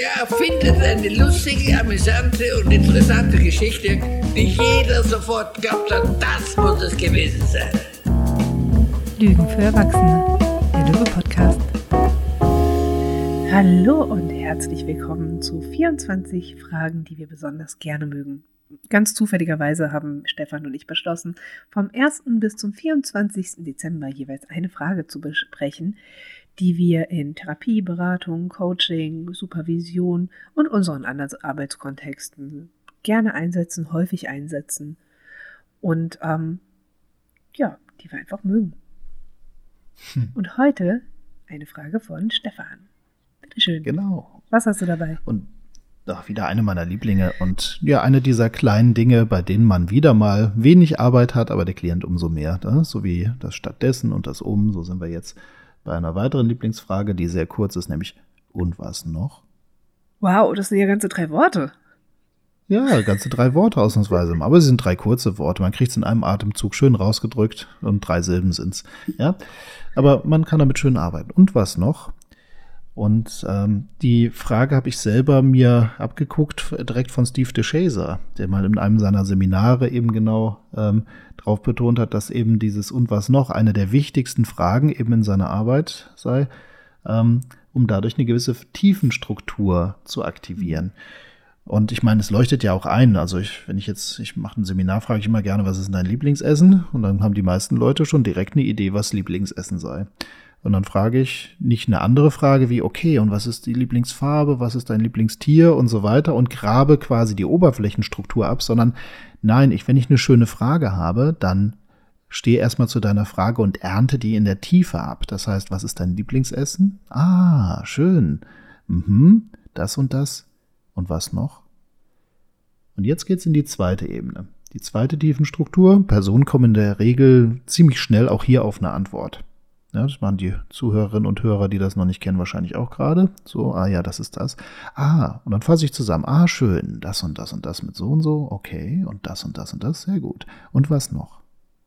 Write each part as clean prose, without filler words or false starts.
Er findet eine lustige, amüsante und interessante Geschichte, die jeder sofort glaubt hat, das muss es gewesen sein. Lügen für Erwachsene, der Lüge-Podcast. Hallo und herzlich willkommen zu 24 Fragen, die wir besonders gerne mögen. Ganz zufälligerweise haben Stefan und ich beschlossen, vom 1. bis zum 24. Dezember jeweils eine Frage zu besprechen, die wir in Therapie, Beratung, Coaching, Supervision und unseren anderen Arbeitskontexten gerne einsetzen, häufig einsetzen und die wir einfach mögen. Und heute eine Frage von Stefan. Bitteschön. Genau. Was hast du dabei? Und wieder eine meiner Lieblinge und ja, eine dieser kleinen Dinge, bei denen man wieder mal wenig Arbeit hat, aber der Klient umso mehr. Ne? So wie das stattdessen und das so sind wir jetzt bei einer weiteren Lieblingsfrage, die sehr kurz ist, nämlich und was noch? Wow, das sind ja ganze 3 Worte. Ja, ganze 3 Worte ausnahmsweise. Aber sie sind 3 kurze Worte. Man kriegt es in einem Atemzug schön rausgedrückt und 3 Silben sind's. Ja, aber man kann damit schön arbeiten. Und was noch? Und die Frage habe ich selber mir abgeguckt, direkt von Steve DeShazer, der mal in einem seiner Seminare eben genau drauf betont hat, dass eben dieses und was noch eine der wichtigsten Fragen eben in seiner Arbeit sei, um dadurch eine gewisse Tiefenstruktur zu aktivieren. Und ich meine, es leuchtet ja auch ein. Also ich mache ein Seminar, frage ich immer gerne, was ist denn dein Lieblingsessen? Und dann haben die meisten Leute schon direkt eine Idee, was Lieblingsessen sei. Und dann frage ich nicht eine andere Frage wie, okay, und was ist die Lieblingsfarbe, was ist dein Lieblingstier und so weiter und grabe quasi die Oberflächenstruktur ab, sondern nein, wenn ich eine schöne Frage habe, dann stehe erstmal zu deiner Frage und ernte die in der Tiefe ab. Das heißt, was ist dein Lieblingsessen? Ah, schön. Das und was noch? Und jetzt geht's in die zweite Ebene. Die zweite Tiefenstruktur. Personen kommen in der Regel ziemlich schnell auch hier auf eine Antwort. Ja, das machen die Zuhörerinnen und Hörer, die das noch nicht kennen, wahrscheinlich auch gerade. So, ja, das ist das. Und dann fasse ich zusammen. Schön, das und das und das mit so und so. Okay, und das und das und das, sehr gut. Und was noch?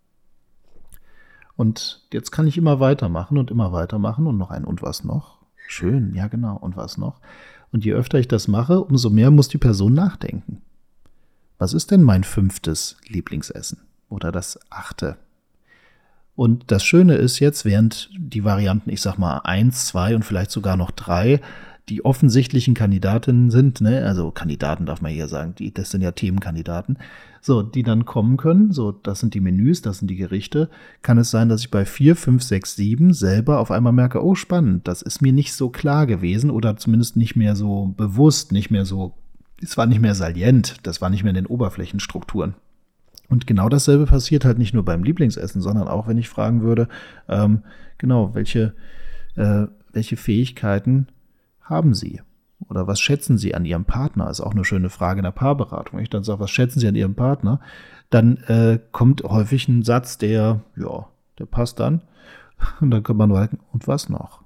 Und jetzt kann ich immer weitermachen und noch ein und was noch? Schön, ja genau, und was noch? Und je öfter ich das mache, umso mehr muss die Person nachdenken. Was ist denn mein 5. Lieblingsessen? Oder das 8.? Und das Schöne ist jetzt, während die Varianten, ich sag mal 1, 2 und vielleicht sogar noch 3, die offensichtlichen Kandidatinnen sind, ne, also Kandidaten darf man hier sagen, das sind ja Themenkandidaten, so, die dann kommen können, so, das sind die Menüs, das sind die Gerichte, kann es sein, dass ich bei 4, 5, 6, 7 selber auf einmal merke, oh spannend, das ist mir nicht so klar gewesen oder zumindest nicht mehr so bewusst, es war nicht mehr salient, das war nicht mehr in den Oberflächenstrukturen. Und genau dasselbe passiert halt nicht nur beim Lieblingsessen, sondern auch, wenn ich fragen würde, welche Fähigkeiten haben Sie? Oder was schätzen Sie an Ihrem Partner? Ist auch eine schöne Frage in der Paarberatung. Wenn ich dann sage, was schätzen Sie an Ihrem Partner? Dann kommt häufig ein Satz, der passt dann. Und dann kann man sagen, und was noch?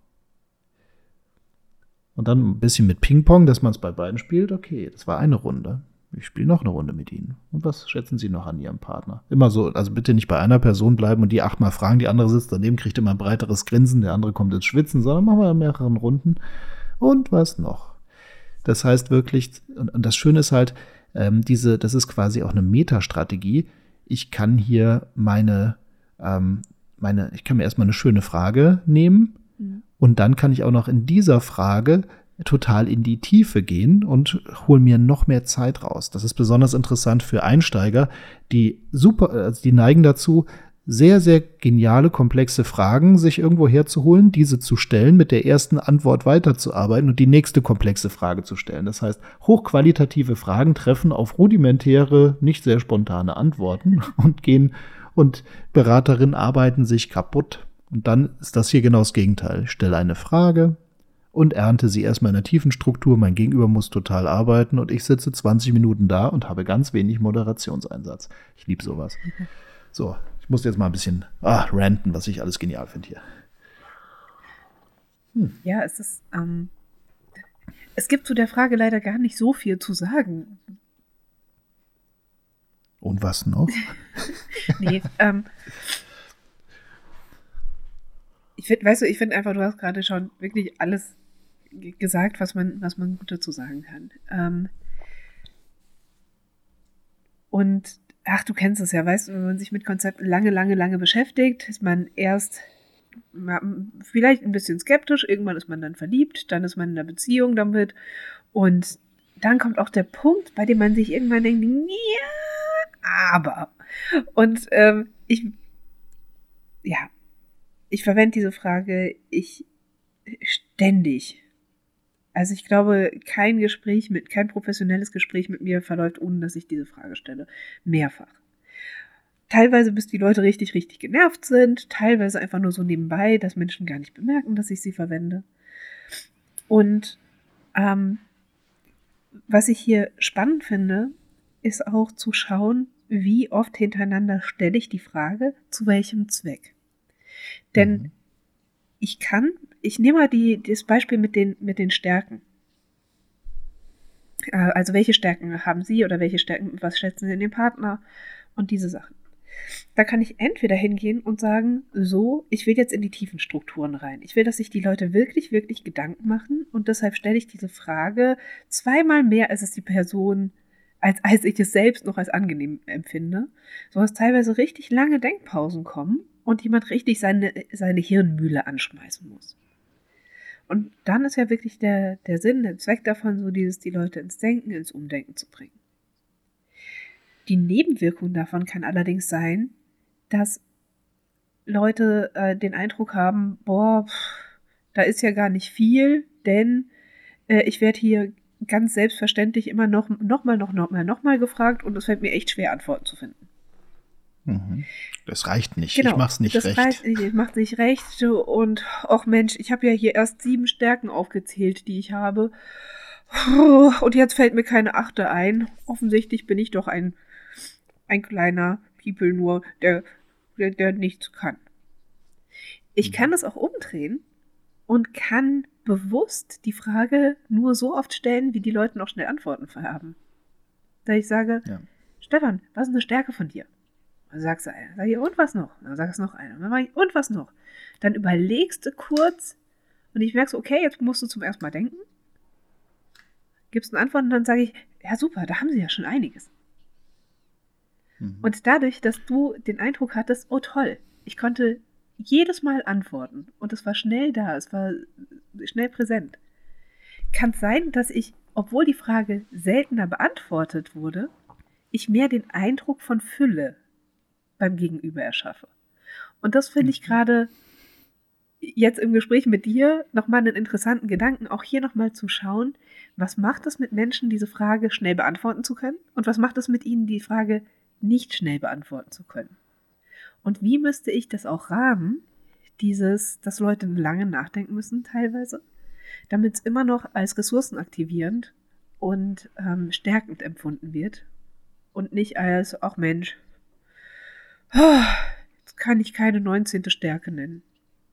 Und dann ein bisschen mit Ping-Pong, dass man es bei beiden spielt. Okay, das war eine Runde. Ich spiele noch eine Runde mit Ihnen. Und was schätzen Sie noch an Ihrem Partner? Immer so, also bitte nicht bei einer Person bleiben und die 8-mal fragen, die andere sitzt daneben, kriegt immer ein breiteres Grinsen, der andere kommt ins Schwitzen, sondern machen wir in mehreren Runden. Und was noch? Das heißt wirklich, und das Schöne ist halt, das ist quasi auch eine Metastrategie. Ich kann hier ich kann mir erstmal eine schöne Frage nehmen und dann kann ich auch noch in dieser Frage total in die Tiefe gehen und hole mir noch mehr Zeit raus. Das ist besonders interessant für Einsteiger, die neigen dazu, sehr, sehr geniale, komplexe Fragen sich irgendwo herzuholen, diese zu stellen, mit der ersten Antwort weiterzuarbeiten und die nächste komplexe Frage zu stellen. Das heißt, hochqualitative Fragen treffen auf rudimentäre, nicht sehr spontane Antworten und Beraterinnen arbeiten sich kaputt. Und dann ist das hier genau das Gegenteil. Ich stelle eine Frage und ernte sie erstmal in der tiefen Struktur. Mein Gegenüber muss total arbeiten und ich sitze 20 Minuten da und habe ganz wenig Moderationseinsatz. Ich liebe sowas. So, ich muss jetzt mal ein bisschen ranten, was ich alles genial finde hier. Ja, es gibt zu der Frage leider gar nicht so viel zu sagen. Und was noch? Nee, ich finde einfach, du hast gerade schon wirklich alles gesagt, was man gut dazu sagen kann. Und du kennst es ja, weißt du, wenn man sich mit Konzepten lange beschäftigt, ist man erst vielleicht ein bisschen skeptisch, irgendwann ist man dann verliebt, dann ist man in einer Beziehung damit und dann kommt auch der Punkt, bei dem man sich irgendwann denkt, ja, aber. Und ich verwende diese Frage ständig. Also ich glaube, kein professionelles Gespräch mit mir verläuft, ohne dass ich diese Frage stelle. Mehrfach. Teilweise bis die Leute richtig genervt sind, teilweise einfach nur so nebenbei, dass Menschen gar nicht bemerken, dass ich sie verwende. Und was ich hier spannend finde, ist auch zu schauen, wie oft hintereinander stelle ich die Frage, zu welchem Zweck. Denn ich nehme mal das Beispiel mit den Stärken. Also welche Stärken haben Sie oder welche Stärken, was schätzen Sie in dem Partner und diese Sachen. Da kann ich entweder hingehen und sagen, so, ich will jetzt in die tiefen Strukturen rein. Ich will, dass sich die Leute wirklich Gedanken machen und deshalb stelle ich diese Frage zweimal mehr, als es die Person, als ich es selbst noch als angenehm empfinde, so dass teilweise richtig lange Denkpausen kommen und jemand richtig seine Hirnmühle anschmeißen muss. Und dann ist ja wirklich der Sinn, der Zweck davon, so die Leute ins Denken, ins Umdenken zu bringen. Die Nebenwirkung davon kann allerdings sein, dass Leute den Eindruck haben, da ist ja gar nicht viel, denn ich werde hier ganz selbstverständlich immer noch mal gefragt und es fällt mir echt schwer, Antworten zu finden. Das reicht nicht. Genau, ich mach's nicht recht. Das reicht nicht, ich mach's nicht recht und ach Mensch, ich habe ja hier erst 7 Stärken aufgezählt, die ich habe. Und jetzt fällt mir keine 8. ein. Offensichtlich bin ich doch ein kleiner People nur, der nichts kann. Ich kann das auch umdrehen und kann bewusst die Frage nur so oft stellen, wie die Leute noch schnell Antworten haben. Da ich sage, Stefan, was ist eine Stärke von dir? Dann sagst du eine. Sag ich, und was noch? Dann sagst du noch eine. Dann mach ich, und was noch? Dann überlegst du kurz und ich merke so, okay, jetzt musst du zum ersten Mal denken. Gibst eine Antwort und dann sage ich, ja super, da haben sie ja schon einiges. Und dadurch, dass du den Eindruck hattest, oh toll, ich konnte jedes Mal antworten und es war schnell da, es war schnell präsent, kann es sein, dass ich, obwohl die Frage seltener beantwortet wurde, ich mehr den Eindruck von Fülle beim Gegenüber erschaffe. Und das finde ich gerade jetzt im Gespräch mit dir nochmal einen interessanten Gedanken, auch hier nochmal zu schauen, was macht es mit Menschen, diese Frage schnell beantworten zu können und was macht es mit ihnen, die Frage nicht schnell beantworten zu können. Und wie müsste ich das auch rahmen, dass Leute lange nachdenken müssen teilweise, damit es immer noch als ressourcenaktivierend und stärkend empfunden wird und nicht als, ach Mensch, jetzt kann ich keine 19. Stärke nennen.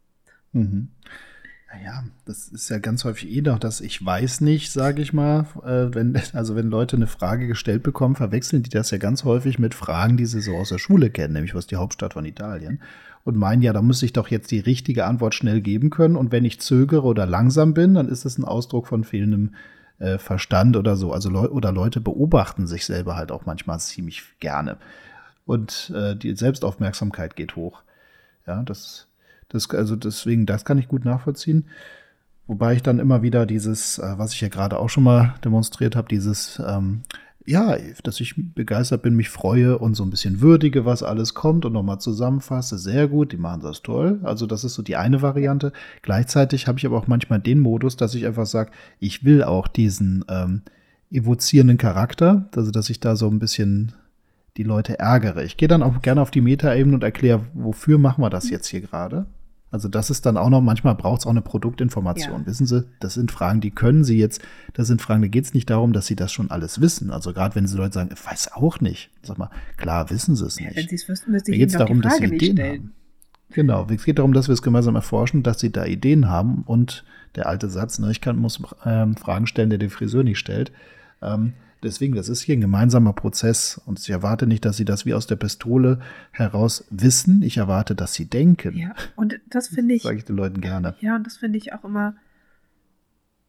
Naja, das ist ja ganz häufig noch das Ich weiß nicht, sage ich mal. Wenn Leute eine Frage gestellt bekommen, verwechseln die das ja ganz häufig mit Fragen, die sie so aus der Schule kennen, nämlich was ist die Hauptstadt von Italien? Und meinen, ja, da muss ich doch jetzt die richtige Antwort schnell geben können. Und wenn ich zögere oder langsam bin, dann ist das ein Ausdruck von fehlendem Verstand oder so. Also Leute beobachten sich selber halt auch manchmal ziemlich gerne. Und die Selbstaufmerksamkeit geht hoch. Ja, deswegen, das kann ich gut nachvollziehen. Wobei ich dann immer wieder dieses, was ich ja gerade auch schon mal demonstriert habe, dieses, dass ich begeistert bin, mich freue und so ein bisschen würdige, was alles kommt und nochmal zusammenfasse. Sehr gut, die machen das toll. Also das ist so die eine Variante. Gleichzeitig habe ich aber auch manchmal den Modus, dass ich einfach sage, ich will auch diesen evozierenden Charakter, also dass ich da so ein bisschen die Leute ärgere. Ich gehe dann auch gerne auf die Metaebene und erkläre, wofür machen wir das jetzt hier gerade. Also das ist dann auch noch, manchmal braucht es auch eine Produktinformation. Ja. Wissen Sie, das sind Fragen, die können Sie jetzt, das sind Fragen, da geht es nicht darum, dass Sie das schon alles wissen. Also gerade wenn Sie Leute sagen, ich weiß auch nicht. Sag mal, klar wissen Sie es nicht. Wenn Sie es wüssten, müsste ich Ihnen doch die Frage nicht stellen. Haben. Genau, es geht darum, dass wir es gemeinsam erforschen, dass Sie da Ideen haben und der alte Satz, ne, muss Fragen stellen, der der Friseur nicht stellt. Deswegen, das ist hier ein gemeinsamer Prozess und ich erwarte nicht, dass Sie das wie aus der Pistole heraus wissen. Ich erwarte, dass Sie denken. Ja, und das finde ich. Sage ich den Leuten gerne. Ja, und das finde ich auch immer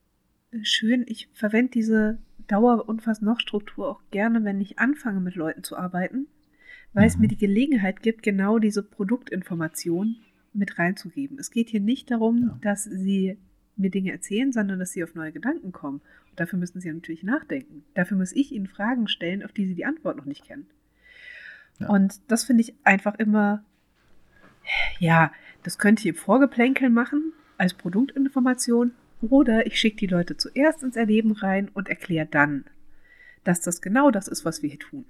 schön. Ich verwende diese Dauer- und was noch Struktur auch gerne, wenn ich anfange mit Leuten zu arbeiten, weil es mir die Gelegenheit gibt, genau diese Produktinformation mit reinzugeben. Es geht hier nicht darum, dass sie mir Dinge erzählen, sondern dass sie auf neue Gedanken kommen. Und dafür müssen sie natürlich nachdenken. Dafür muss ich ihnen Fragen stellen, auf die sie die Antwort noch nicht kennen. Ja. Und das finde ich einfach immer, ja, das könnte ich im Vorgeplänkel machen, als Produktinformation, oder ich schicke die Leute zuerst ins Erleben rein und erkläre dann, dass das genau das ist, was wir hier tun.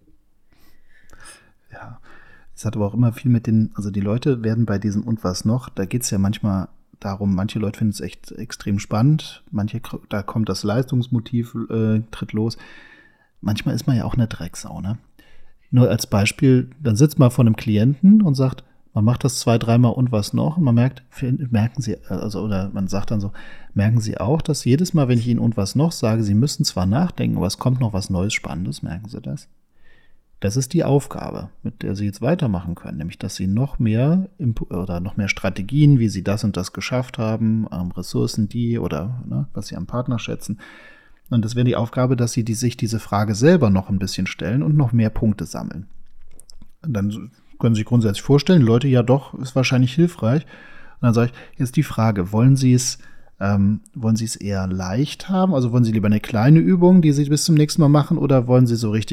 Ja, es hat aber auch immer viel mit also die Leute werden bei diesem und was noch, da geht es ja manchmal darum, manche Leute finden es echt extrem spannend, da kommt das Leistungsmotiv, tritt los. Manchmal ist man ja auch eine Drecksau, ne? Nur als Beispiel, dann sitzt man vor einem Klienten und sagt, man macht das 2-3 Mal und was noch, und man merken Sie, oder man sagt dann so, merken Sie auch, dass jedes Mal, wenn ich Ihnen und was noch sage, Sie müssen zwar nachdenken, aber es kommt noch was Neues, Spannendes, merken Sie das? Das ist die Aufgabe, mit der Sie jetzt weitermachen können, nämlich, dass Sie noch mehr Strategien, wie Sie das und das geschafft haben, Ressourcen, was Sie am Partner schätzen. Und das wäre die Aufgabe, dass Sie sich diese Frage selber noch ein bisschen stellen und noch mehr Punkte sammeln. Und dann können Sie sich grundsätzlich vorstellen, Leute, ja doch, ist wahrscheinlich hilfreich. Und dann sage ich, jetzt die Frage, wollen Sie es eher leicht haben? Also wollen Sie lieber eine kleine Übung, die Sie bis zum nächsten Mal machen, oder wollen Sie so soll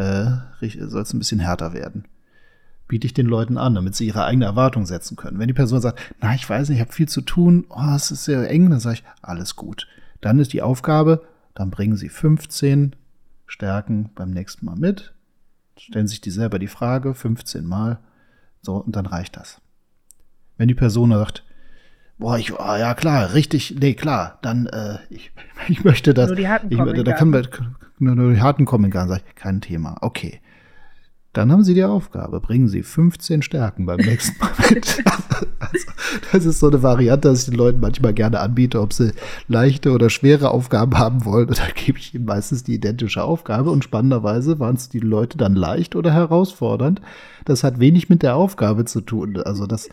es ein bisschen härter werden? Biete ich den Leuten an, damit sie ihre eigene Erwartung setzen können. Wenn die Person sagt, na, ich weiß nicht, ich habe viel zu tun, es ist sehr eng, dann sage ich, alles gut. Dann ist die Aufgabe, dann bringen Sie 15 Stärken beim nächsten Mal mit, stellen sich die selber die Frage, 15 Mal, so, und dann reicht das. Wenn die Person sagt, ja klar, richtig, nee, klar, dann, ich möchte das. Nur die harten kommen. Da kann man nur die harten kommen, sage ich, kein Thema, okay. Dann haben Sie die Aufgabe, bringen Sie 15 Stärken beim nächsten Mal mit. Also, das ist so eine Variante, dass ich den Leuten manchmal gerne anbiete, ob sie leichte oder schwere Aufgaben haben wollen. Und da gebe ich ihnen meistens die identische Aufgabe. Und spannenderweise waren es die Leute dann leicht oder herausfordernd. Das hat wenig mit der Aufgabe zu tun. Also das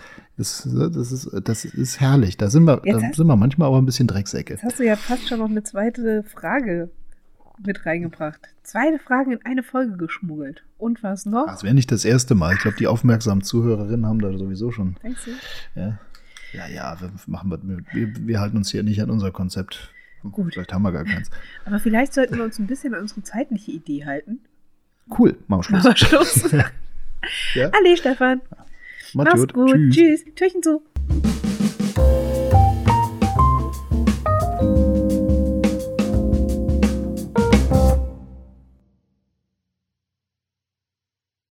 ist herrlich. Da sind wir manchmal aber ein bisschen Drecksäcke. Jetzt hast du ja fast schon noch eine zweite Frage mit reingebracht. 2 Fragen in eine Folge geschmuggelt. Und was noch? Das wäre nicht das erste Mal. Ich glaube, die aufmerksamen Zuhörerinnen haben da sowieso schon. Denkst du? Ja, wir halten uns hier nicht an unser Konzept. Gut. Vielleicht haben wir gar keins. Aber vielleicht sollten wir uns ein bisschen an unsere zeitliche Idee halten. Cool, machen wir Schluss. Ja? Alle, Stefan. Mach's gut. Tschüss. Türchen zu.